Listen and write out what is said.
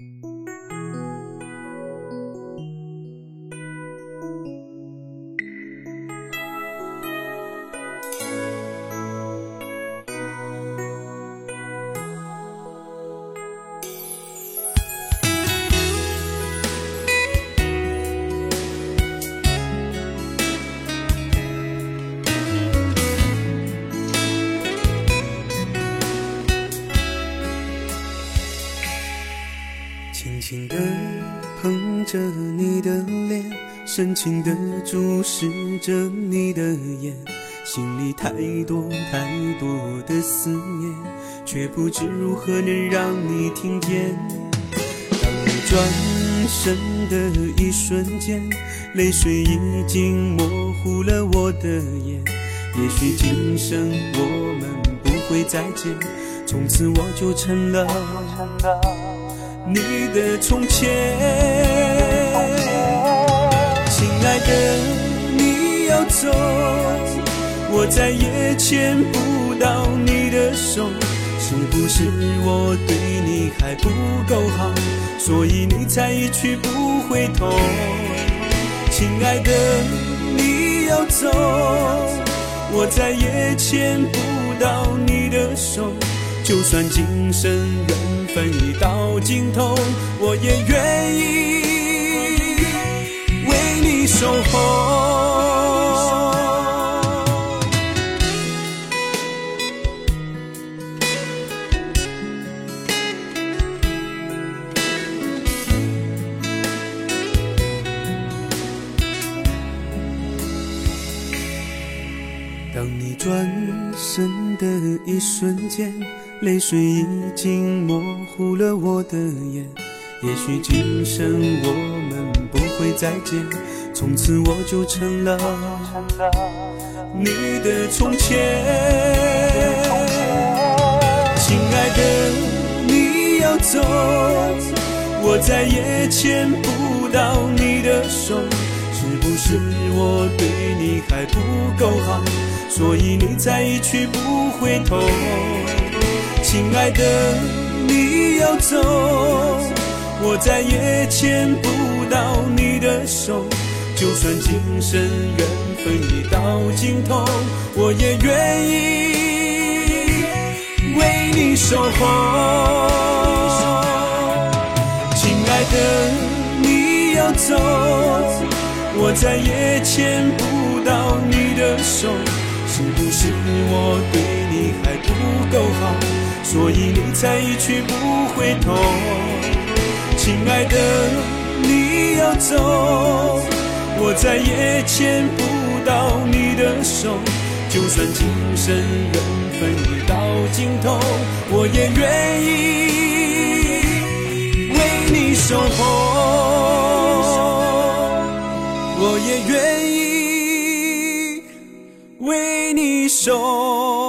轻轻地捧着你的脸，深情地注视着你的眼，心里太多太多的思念，却不知如何能让你听见。当你转身的一瞬间，泪水已经模糊了我的眼，也许今生我们不会再见，从此我就成了你的从前。亲爱的，你要走，我再也牵不到你的手，是不是我对你还不够好，所以你才一去不回头。亲爱的，你要走，我再也牵不到你的手，就算今生缘分已到尽头，我也愿意为你守候。当你转身的一瞬间，泪水已经模糊了我的眼，也许今生我们不会再见，从此我就成了你的从前。亲爱的，你要走，我再也牵不到你的手，是不是我对你还不够好，所以你才一去不回头。亲爱的，你要走，我再也牵不到你的手，就算今生缘分已到尽头，我也愿意为你守候。亲爱的，你要走，我再也牵不到你的手，是不是我对你还不够好，所以你才一去不回头。亲爱的，你要走，我再也牵不到你的手，就算今生缘分已到尽头，我也愿意为你守候，我也愿意为你守